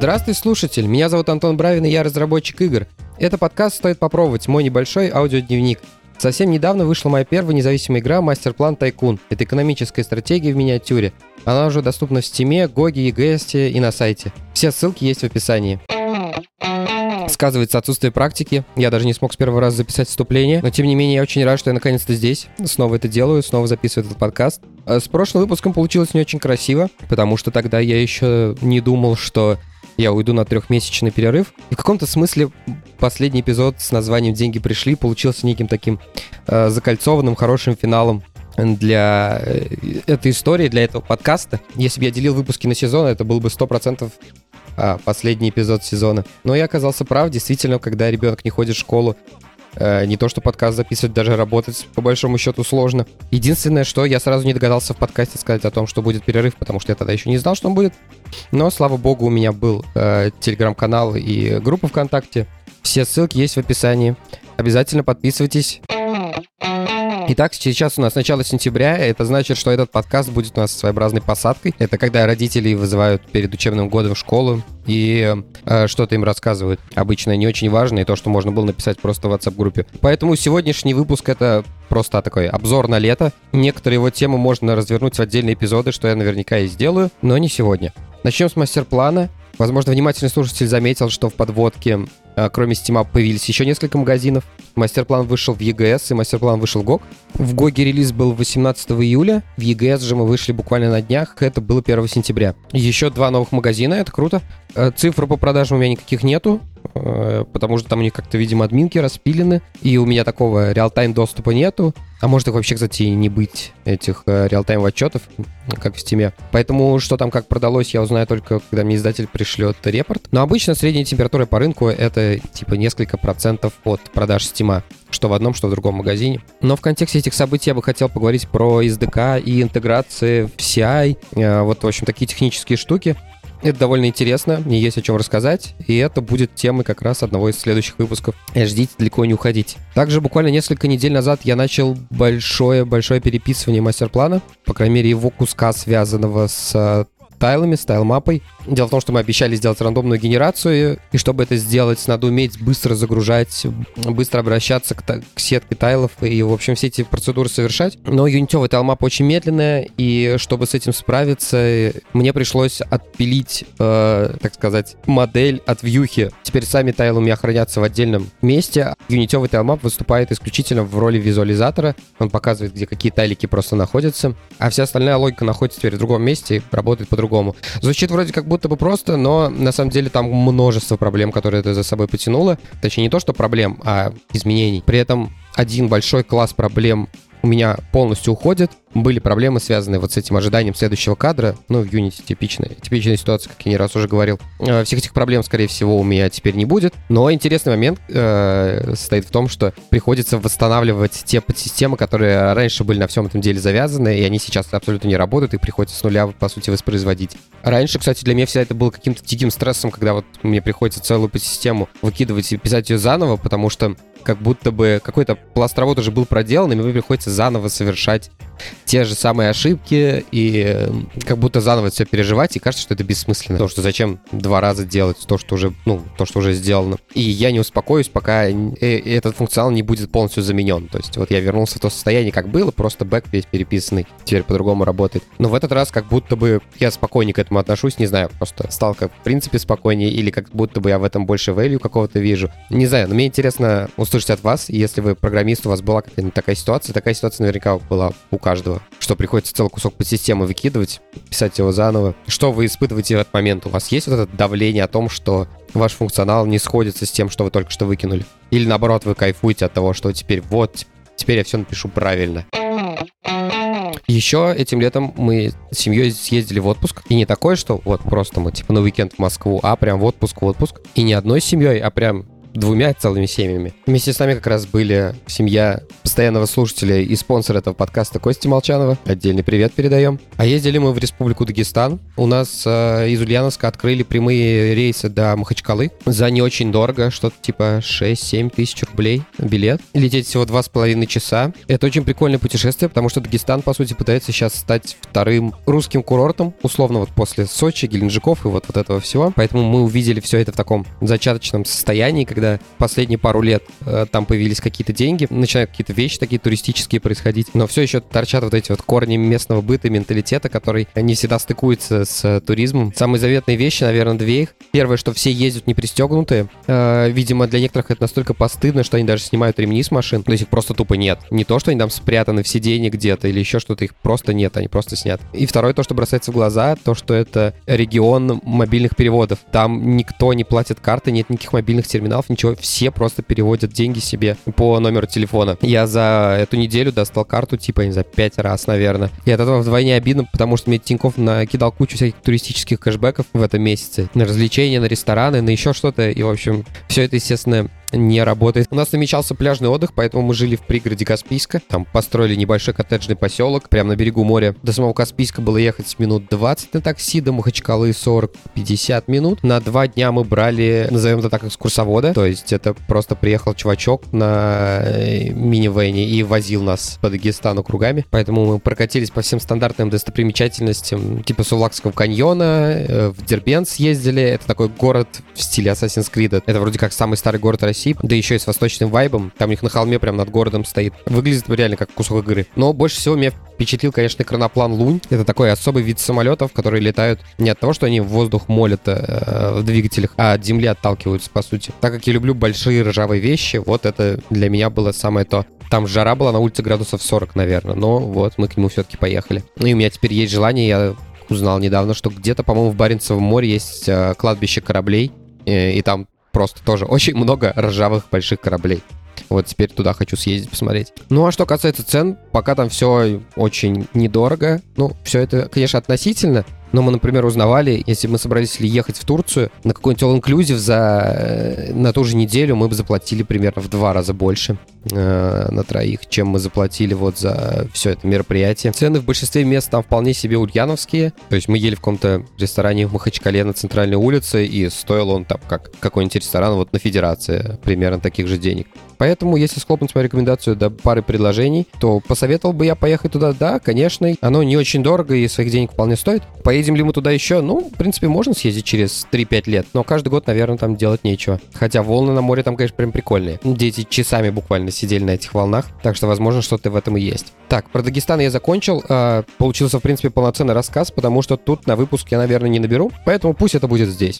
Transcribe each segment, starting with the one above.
Здравствуй, слушатель! Меня зовут Антон Бравин, и я разработчик игр. Это подкаст «Стоит попробовать», мой небольшой аудиодневник. Совсем недавно вышла моя первая независимая игра «Мастер-план Тайкун». Это экономическая стратегия в миниатюре. Она уже доступна в Steam, GOG, EGS и на сайте. Все ссылки есть в описании. Сказывается отсутствие практики. Я даже не смог с первого раза записать вступление. Но тем не менее, я очень рад, что я наконец-то здесь. Снова это делаю, снова записываю этот подкаст. С прошлым выпуском получилось не очень красиво, потому что тогда я еще не думал, что я уйду на 3-месячный перерыв. И в каком-то смысле последний эпизод с названием «Деньги пришли» получился неким таким закольцованным, хорошим финалом для этой истории, для этого подкаста. Если бы я делил выпуски на сезон, это был бы 100% последний эпизод сезона. Но я оказался прав. Действительно, когда ребенок не ходит в школу, не то что подкаст записывать, даже работать, по большому счету, сложно. Единственное, что я сразу не догадался в подкасте сказать о том, что будет перерыв, потому что я тогда еще не знал, что он будет. Но, слава богу, у меня был телеграм-канал и группа ВКонтакте. Все ссылки есть в описании. Обязательно подписывайтесь. Итак, сейчас у нас начало сентября, это значит, что этот подкаст будет у нас своеобразной посадкой. Это когда родители вызывают перед учебным годом в школу и что-то им рассказывают. Обычно не очень важно, и то, что можно было написать просто в WhatsApp-группе. Поэтому сегодняшний выпуск — это просто такой обзор на лето. Некоторые его темы можно развернуть в отдельные эпизоды, что я наверняка и сделаю, но не сегодня. Начнем с мастер-плана. Возможно, внимательный слушатель заметил, что в подводке, кроме Steam, появились еще несколько магазинов. Мастер-план вышел в EGS, и мастер-план вышел в GOG. В GOG релиз был 18 июля, в EGS же мы вышли буквально на днях, это было 1 сентября. Еще 2 новых магазина, это круто. Цифр по продажам у меня никаких нету, потому что там у них как-то, видимо, админки распилены, и у меня такого реал-тайм доступа нету. А может их вообще, кстати, и не быть, этих реал-тайм отчетов, как в Steam. Поэтому что там как продалось, я узнаю только, когда мне издатель пришлет репорт. Но обычно средняя температура по рынку — это типа несколько процентов от продаж Steam, что в одном, что в другом магазине. Но в контексте этих событий я бы хотел поговорить про SDK и интеграции в CI. Вот, в общем, такие технические штуки. Это довольно интересно, мне есть о чем рассказать, и это будет темой как раз одного из следующих выпусков. Ждите, далеко не уходите. Также буквально несколько недель назад я начал большое переписывание мастер-плана, по крайней мере его куска, связанного с тайлами, с тайл-мапой. Дело в том, что мы обещали сделать рандомную генерацию, и чтобы это сделать, надо уметь быстро загружать, быстро обращаться к сетке тайлов и, в общем, все эти процедуры совершать. Но юнитевая тайл-мапа очень медленная, и чтобы с этим справиться, мне пришлось отпилить, так сказать, модель от вьюхи. Теперь сами тайлы у меня хранятся в отдельном месте. Юнитевый тайл-мап выступает исключительно в роли визуализатора. Он показывает, где какие тайлики просто находятся, а вся остальная логика находится теперь в другом месте и работает по-другому. Звучит вроде как будто бы просто, но на самом деле там множество проблем, которые это за собой потянуло. Точнее, не то, что проблем, а изменений. При этом один большой класс проблем у меня полностью уходит. Были проблемы, связанные вот с этим ожиданием следующего кадра. Ну, в Unity типичная ситуация, как я не раз уже говорил. Всех этих проблем, скорее всего, у меня теперь не будет. Но интересный момент состоит в том, что приходится восстанавливать те подсистемы, которые раньше были на всем этом деле завязаны, и они сейчас абсолютно не работают, и приходится с нуля, по сути, воспроизводить. Раньше, кстати, для меня всегда это было каким-то диким стрессом, когда вот мне приходится целую подсистему выкидывать и писать ее заново, потому что как будто бы какой-то пласт работы уже был проделан, и мне приходится заново совершать те же самые ошибки, и как будто заново все переживать, и кажется, что это бессмысленно. Потому что зачем 2 раза делать то, что уже сделано. И я не успокоюсь, пока этот функционал не будет полностью заменен. То есть вот я вернулся в то состояние, как было, просто бэк весь переписанный, теперь по-другому работает. Но в этот раз как будто бы я спокойнее к этому отношусь, не знаю, просто стал как в принципе спокойнее, или как будто бы я в этом больше value какого-то вижу. Не знаю, но мне интересно услышать от вас, если вы программист, у вас была какая-нибудь такая ситуация наверняка была у каждого, что приходится целый кусок подсистемы выкидывать, писать его заново. Что вы испытываете в этот момент? У вас есть вот это давление о том, что ваш функционал не сходится с тем, что вы только что выкинули? Или наоборот, вы кайфуете от того, что теперь я все напишу правильно? Еще этим летом мы с семьей съездили в отпуск. И не такое, что вот просто мы типа на уикенд в Москву, а прям в отпуск. И не одной семьей, а прям 2 целыми семьями. Вместе с нами как раз были семья постоянного слушателя и спонсора этого подкаста Кости Молчанова. Отдельный привет передаем. А ездили мы в Республику Дагестан. У нас из Ульяновска открыли прямые рейсы до Махачкалы за не очень дорого, что-то типа 6-7 тысяч рублей билет. Лететь всего 2,5 часа. Это очень прикольное путешествие, потому что Дагестан, по сути, пытается сейчас стать вторым русским курортом, условно, вот после Сочи, Геленджиков и вот этого всего. Поэтому мы увидели все это в таком зачаточном состоянии, когда последние пару лет там появились какие-то деньги, начинают какие-то вещи такие туристические происходить, но все еще торчат вот эти вот корни местного быта, менталитета, который не всегда стыкуется с туризмом. Самые заветные вещи, наверное, две их. Первое, что все ездят не пристегнутые. Видимо, для некоторых это настолько постыдно, что они даже снимают ремни с машин, то есть их просто тупо нет. Не то, что они там спрятаны в сиденье где-то или еще что-то, их просто нет, они просто снят. И второе, то, что бросается в глаза, то, что это регион мобильных переводов. Там никто не платит карты, нет никаких мобильных терминалов, ничего, все просто переводят деньги себе по номеру телефона. Я за эту неделю достал карту, типа, не знаю, 5 раз, наверное. И от этого вдвойне обидно, потому что мне Тинькофф накидал кучу всяких туристических кэшбэков в этом месяце. На развлечения, на рестораны, на еще что-то. И, в общем, все это, естественно, не работает. У нас намечался пляжный отдых, поэтому мы жили в пригороде Каспийска. Там построили небольшой коттеджный поселок прямо на берегу моря. До самого Каспийска было ехать минут 20 на такси, до Махачкалы 40-50 минут. На 2 дня мы брали, назовем это так, экскурсовода. То есть это просто приехал чувачок на минивэне и возил нас по Дагестану кругами. Поэтому мы прокатились по всем стандартным достопримечательностям типа Сувлакского каньона, в Дербент съездили. Это такой город в стиле Assassin's Creed. Это вроде как самый старый город России, да еще и с восточным вайбом. Там у них на холме прям над городом стоит. Выглядит реально как кусок игры. Но больше всего меня впечатлил, конечно, экраноплан Лунь. Это такой особый вид самолетов, которые летают не от того, что они в воздух молят в двигателях, а от земли отталкиваются, по сути. Так как я люблю большие ржавые вещи, вот это для меня было самое то. Там жара была на улице градусов 40, наверное, но вот мы к нему все-таки поехали. Ну и у меня теперь есть желание, я узнал недавно, что где-то, по-моему, в Баренцевом море есть кладбище кораблей, и там просто тоже очень много ржавых больших кораблей. Вот теперь туда хочу съездить, посмотреть. Ну, а что касается цен, пока там все очень недорого. Ну, все это, конечно, относительно. Но мы, например, узнавали, если бы мы собрались ехать в Турцию, на какой-нибудь all-inclusive на ту же неделю мы бы заплатили примерно в 2 раза больше на троих, чем мы заплатили вот за все это мероприятие. Цены в большинстве мест там вполне себе ульяновские. То есть мы ели в каком-то ресторане в Махачкале на центральной улице, и стоил он там как какой-нибудь ресторан вот на Федерации, примерно таких же денег. Поэтому, если схлопнуть мою рекомендацию до пары предложений, то посоветовал бы я поехать туда, да, конечно. Оно не очень дорого и своих денег вполне стоит. Поедем ли мы туда еще? Ну, в принципе, можно съездить через 3-5 лет, но каждый год, наверное, там делать нечего. Хотя волны на море там, конечно, прям прикольные. Дети часами буквально сидели на этих волнах, так что, возможно, что-то в этом и есть. Так, про Дагестан я закончил. Получился, в принципе, полноценный рассказ, потому что тут на выпуск я, наверное, не наберу, поэтому пусть это будет здесь.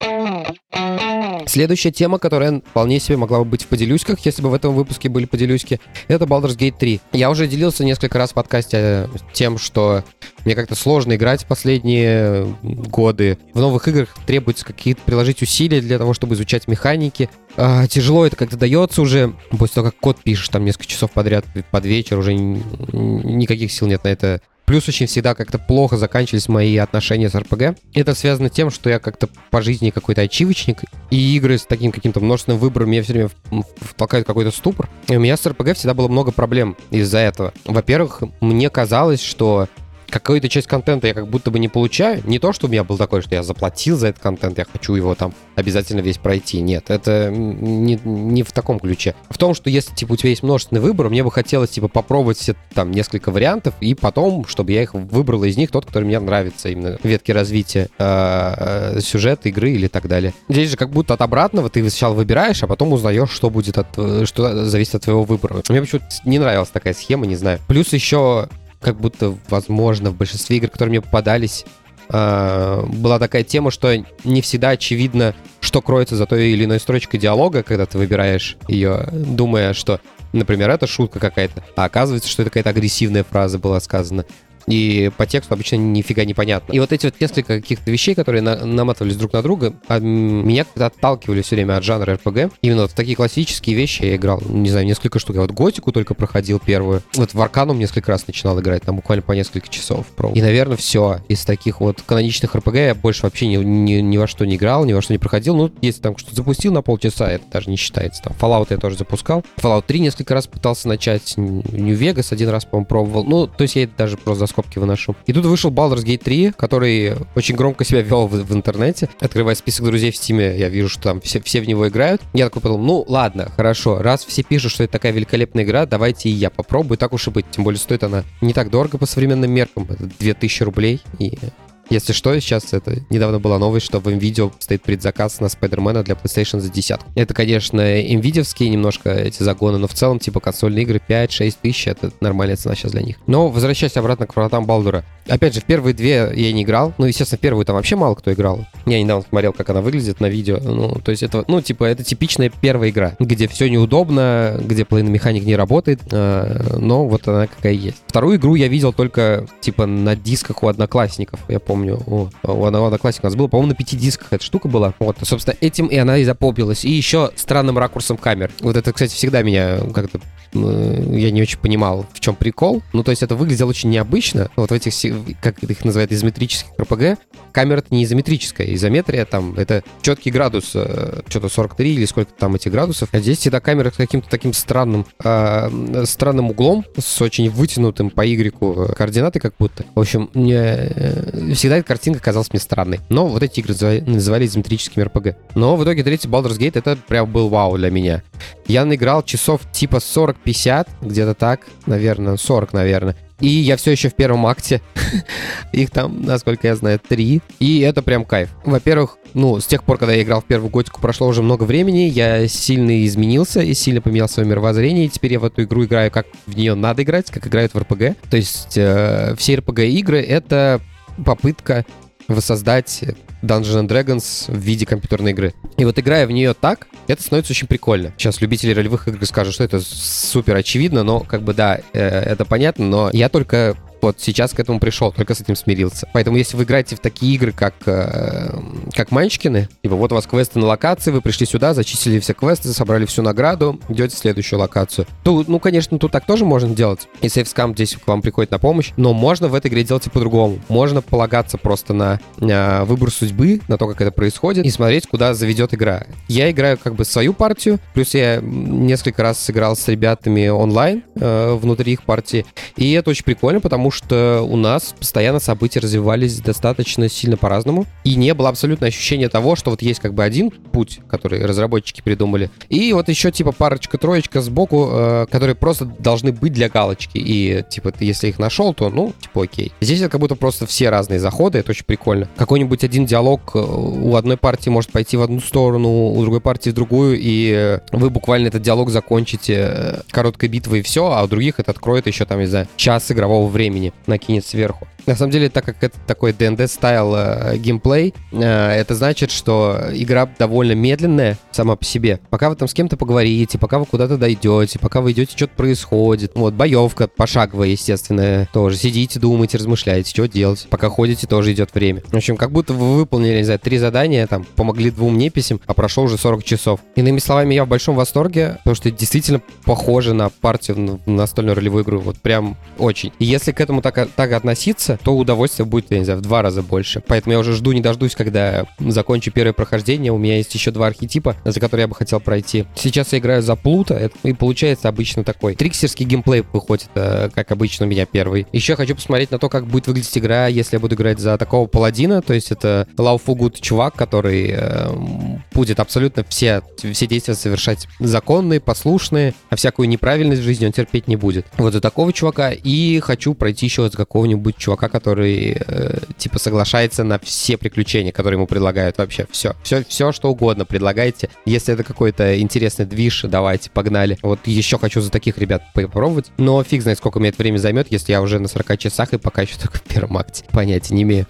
Следующая тема, которая вполне себе могла бы быть в поделюськах, если бы в этом выпуске были поделюськи, это Baldur's Gate 3. Я уже делился несколько раз в подкасте тем, что мне как-то сложно играть в последние годы. В новых играх требуется какие-то приложить усилия для того, чтобы изучать механики. Тяжело это как-то дается уже. После того, как код пишешь там несколько часов подряд под вечер, уже никаких сил нет на это. Плюс очень всегда как-то плохо заканчивались мои отношения с РПГ. Это связано с тем, что я как-то по жизни какой-то ачивочник, и игры с таким каким-то множественным выбором меня все время втолкают в какой-то ступор. И у меня с РПГ всегда было много проблем из-за этого. Во-первых, мне казалось, что какую-то часть контента я как будто бы не получаю. Не то, что у меня был такой, что я заплатил за этот контент, я хочу его там обязательно весь пройти. Нет, это не в таком ключе. В том, что если, типа, у тебя есть множественный выбор, мне бы хотелось, типа, попробовать все там несколько вариантов, и потом, чтобы я их выбрал из них тот, который мне нравится, именно ветки развития сюжета, игры или так далее. Здесь же как будто от обратного ты сначала выбираешь, а потом узнаешь, что будет что зависит от твоего выбора. Мне почему-то не нравилась такая схема, не знаю. Плюс еще как будто, возможно, в большинстве игр, которые мне попадались, была такая тема, что не всегда очевидно, что кроется за той или иной строчкой диалога, когда ты выбираешь ее, думая, что, например, это шутка какая-то, а оказывается, что это какая-то агрессивная фраза была сказана. и по тексту обычно нифига не понятно. И вот эти вот несколько каких-то вещей, которые наматывались друг на друга, меня как-то отталкивали все время от жанра RPG. Именно вот в такие классические вещи я играл, не знаю, несколько штук. Я вот Готику только проходил первую. Вот в Арканум несколько раз начинал играть, там буквально по несколько часов. И, наверное, все. Из таких вот каноничных RPG я больше вообще ни во что не играл, ни во что не проходил. Ну, если там что-то запустил на полчаса, это даже не считается. Там Fallout я тоже запускал. Fallout 3 несколько раз пытался начать. New Vegas один раз, по-моему, пробовал. Ну, то есть я это даже просто за скобки выношу. И тут вышел Baldur's Gate 3, который очень громко себя вел в интернете. Открывая список друзей в Steam, я вижу, что там все в него играют. Я такой подумал, ну, ладно, хорошо. Раз все пишут, что это такая великолепная игра, давайте и я попробую. Так уж и быть. Тем более стоит она не так дорого по современным меркам. Это 2000 рублей. И если что, сейчас это недавно была новость, что в NVIDIA стоит предзаказ на Спайдермена для PlayStation за 10. Это, конечно, NVIDIA-вские немножко эти загоны, но в целом, типа, консольные игры 5-6 тысяч — это нормальная цена сейчас для них. Но, возвращаясь обратно к вратам Балдура, опять же, в первые две я не играл. Ну, естественно, в первую там вообще мало кто играл. Я недавно смотрел, как она выглядит на видео. Ну, то есть это, ну, типа, это типичная первая игра, где все неудобно, где плейн механик не работает, но вот она какая есть. Вторую игру я видел только, типа, на дисках у одноклассников. Я помню, у одноклассника у нас было, по-моему, на 5 дисках эта штука была. Вот, собственно, этим и она и запомнилась. И еще странным ракурсом камер. Вот это, кстати, всегда меня как-то я не очень понимал, в чем прикол. Ну, то есть это выглядело очень необычно. Вот в этих, как их называют, изометрических RPG, камера-то не изометрическая. Изометрия там, это четкий градус, что-то 43 или сколько там этих градусов. А здесь всегда камера с каким-то таким странным углом, с очень вытянутым по Y координаты как будто. В общем, мне всегда эта картинка казалась мне странной. Но вот эти игры называли изометрическими RPG. Но в итоге третий Baldur's Gate это прям был вау для меня. Я наиграл часов типа 40-50, где-то так, наверное, 40, наверное. И я все еще в первом акте. Их там, насколько я знаю, 3. И это прям кайф. Во-первых, ну, с тех пор, когда я играл в первую Готику, прошло уже много времени. Я сильно изменился и сильно поменял свое мировоззрение. И теперь я в эту игру играю, как в нее надо играть, как играют в RPG. То есть все RPG-игры — это попытка воссоздать Dungeons & Dragons в виде компьютерной игры. И вот играя в нее так, это становится очень прикольно. Сейчас любители ролевых игр скажут, что это супер очевидно, но как бы да, это понятно, но я только вот сейчас к этому пришел, только с этим смирился. Поэтому если вы играете в такие игры, как Манчкины, типа вот у вас квесты на локации, вы пришли сюда, зачистили все квесты, собрали всю награду, идете в следующую локацию. То, ну, конечно, тут так тоже можно делать. И сейфскам здесь к вам приходит на помощь, но можно в этой игре делать и по-другому. Можно полагаться просто на выбор судьбы, на то, как это происходит, и смотреть, куда заведет игра. Я играю как бы свою партию, плюс я несколько раз сыграл с ребятами онлайн внутри их партии, и это очень прикольно, потому что у нас постоянно события развивались достаточно сильно по-разному, и не было абсолютно ощущения того, что вот есть как бы один путь, который разработчики придумали, и вот еще типа парочка-троечка сбоку, которые просто должны быть для галочки, и типа ты если их нашел, то ну, типа окей. Здесь это как будто просто все разные заходы, это очень прикольно. Какой-нибудь один диалог у одной партии может пойти в одну сторону, у другой партии в другую, и вы буквально этот диалог закончите короткой битвой и все, а у других это откроет еще там, не знаю, час игрового времени, накинет сверху. На самом деле, так как это такой D&D-стайл геймплей, это значит, что игра довольно медленная сама по себе. Пока вы там с кем-то поговорите, пока вы куда-то дойдете, пока вы идете, что-то происходит. Вот, боевка пошаговая, естественно, тоже. Сидите, думаете, размышляете, что делать. Пока ходите, тоже идет время. В общем, как будто вы выполнили, не знаю, 3 задания, там, помогли 2 неписям, а прошло уже 40 часов. Иными словами, я в большом восторге, потому что это действительно похоже на партию в настольную ролевую игру. Вот прям очень. И если к этому так относиться, то удовольствие будет, я не знаю, в 2 раза больше. Поэтому я уже жду не дождусь, когда закончу первое прохождение. У меня есть еще 2 архетипа, за которые я бы хотел пройти. Сейчас я играю за Плута, и получается обычно такой триксерский геймплей выходит, как обычно у меня первый. Еще хочу посмотреть на то, как будет выглядеть игра, если я буду играть за такого паладина, то есть это lawful good чувак, который будет абсолютно все действия совершать законные, послушные, а всякую неправильность в жизни он терпеть не будет. Вот за такого чувака. И хочу пройти еще за какого-нибудь чувака, который типа соглашается на все приключения, которые ему предлагают вообще. Все, что угодно предлагайте. Если это какой-то интересный движ, давайте, погнали. Вот еще хочу за таких ребят попробовать. Но фиг знает, сколько у меня это время займет, если я уже на 40 часах и пока еще только в первом акте. Понятия не имею.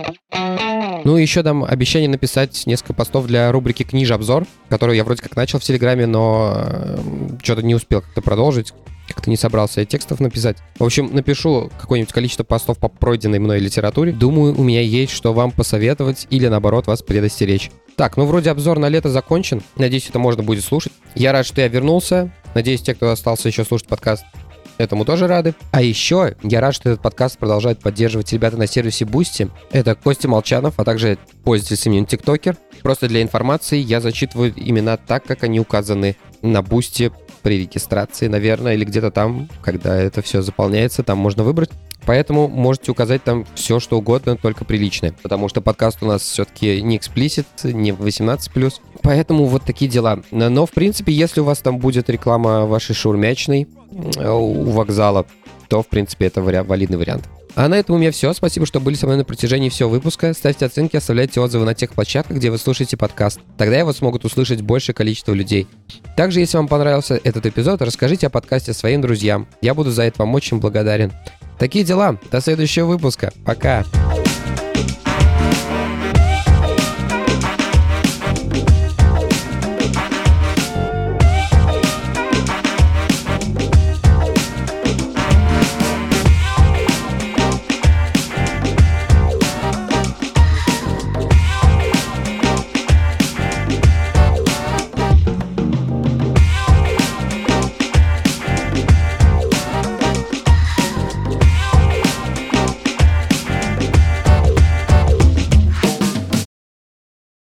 Ну и еще дам обещание написать несколько постов для рубрики «Книж-обзор», которую я вроде как начал в Телеграме, но что-то не успел как-то продолжить. Как-то не собрался я текстов написать. В общем, напишу какое-нибудь количество постов по пройденной мной литературе. Думаю, у меня есть что вам посоветовать или, наоборот, вас предостеречь. Так, ну вроде обзор на лето закончен. Надеюсь, это можно будет слушать. Я рад, что я вернулся. Надеюсь, те, кто остался еще слушать подкаст, этому тоже рады. А еще я рад, что этот подкаст продолжает поддерживать ребята на сервисе Boosty. Это Костя Молчанов, а также пользователь с именем TikToker. Просто для информации я зачитываю имена так, как они указаны на Boosty при регистрации, наверное, или где-то там, когда это все заполняется, там можно выбрать. Поэтому можете указать там все, что угодно, только приличное. Потому что подкаст у нас все-таки не эксплисит, не 18+. Поэтому вот такие дела. Но, в принципе, если у вас там будет реклама вашей шаурмячной у вокзала, то, в принципе, это валидный вариант. А на этом у меня все. Спасибо, что были со мной на протяжении всего выпуска. Ставьте оценки, оставляйте отзывы на тех площадках, где вы слушаете подкаст. Тогда его смогут услышать большее количество людей. Также, если вам понравился этот эпизод, расскажите о подкасте своим друзьям. Я буду за это вам очень благодарен. Такие дела. До следующего выпуска. Пока.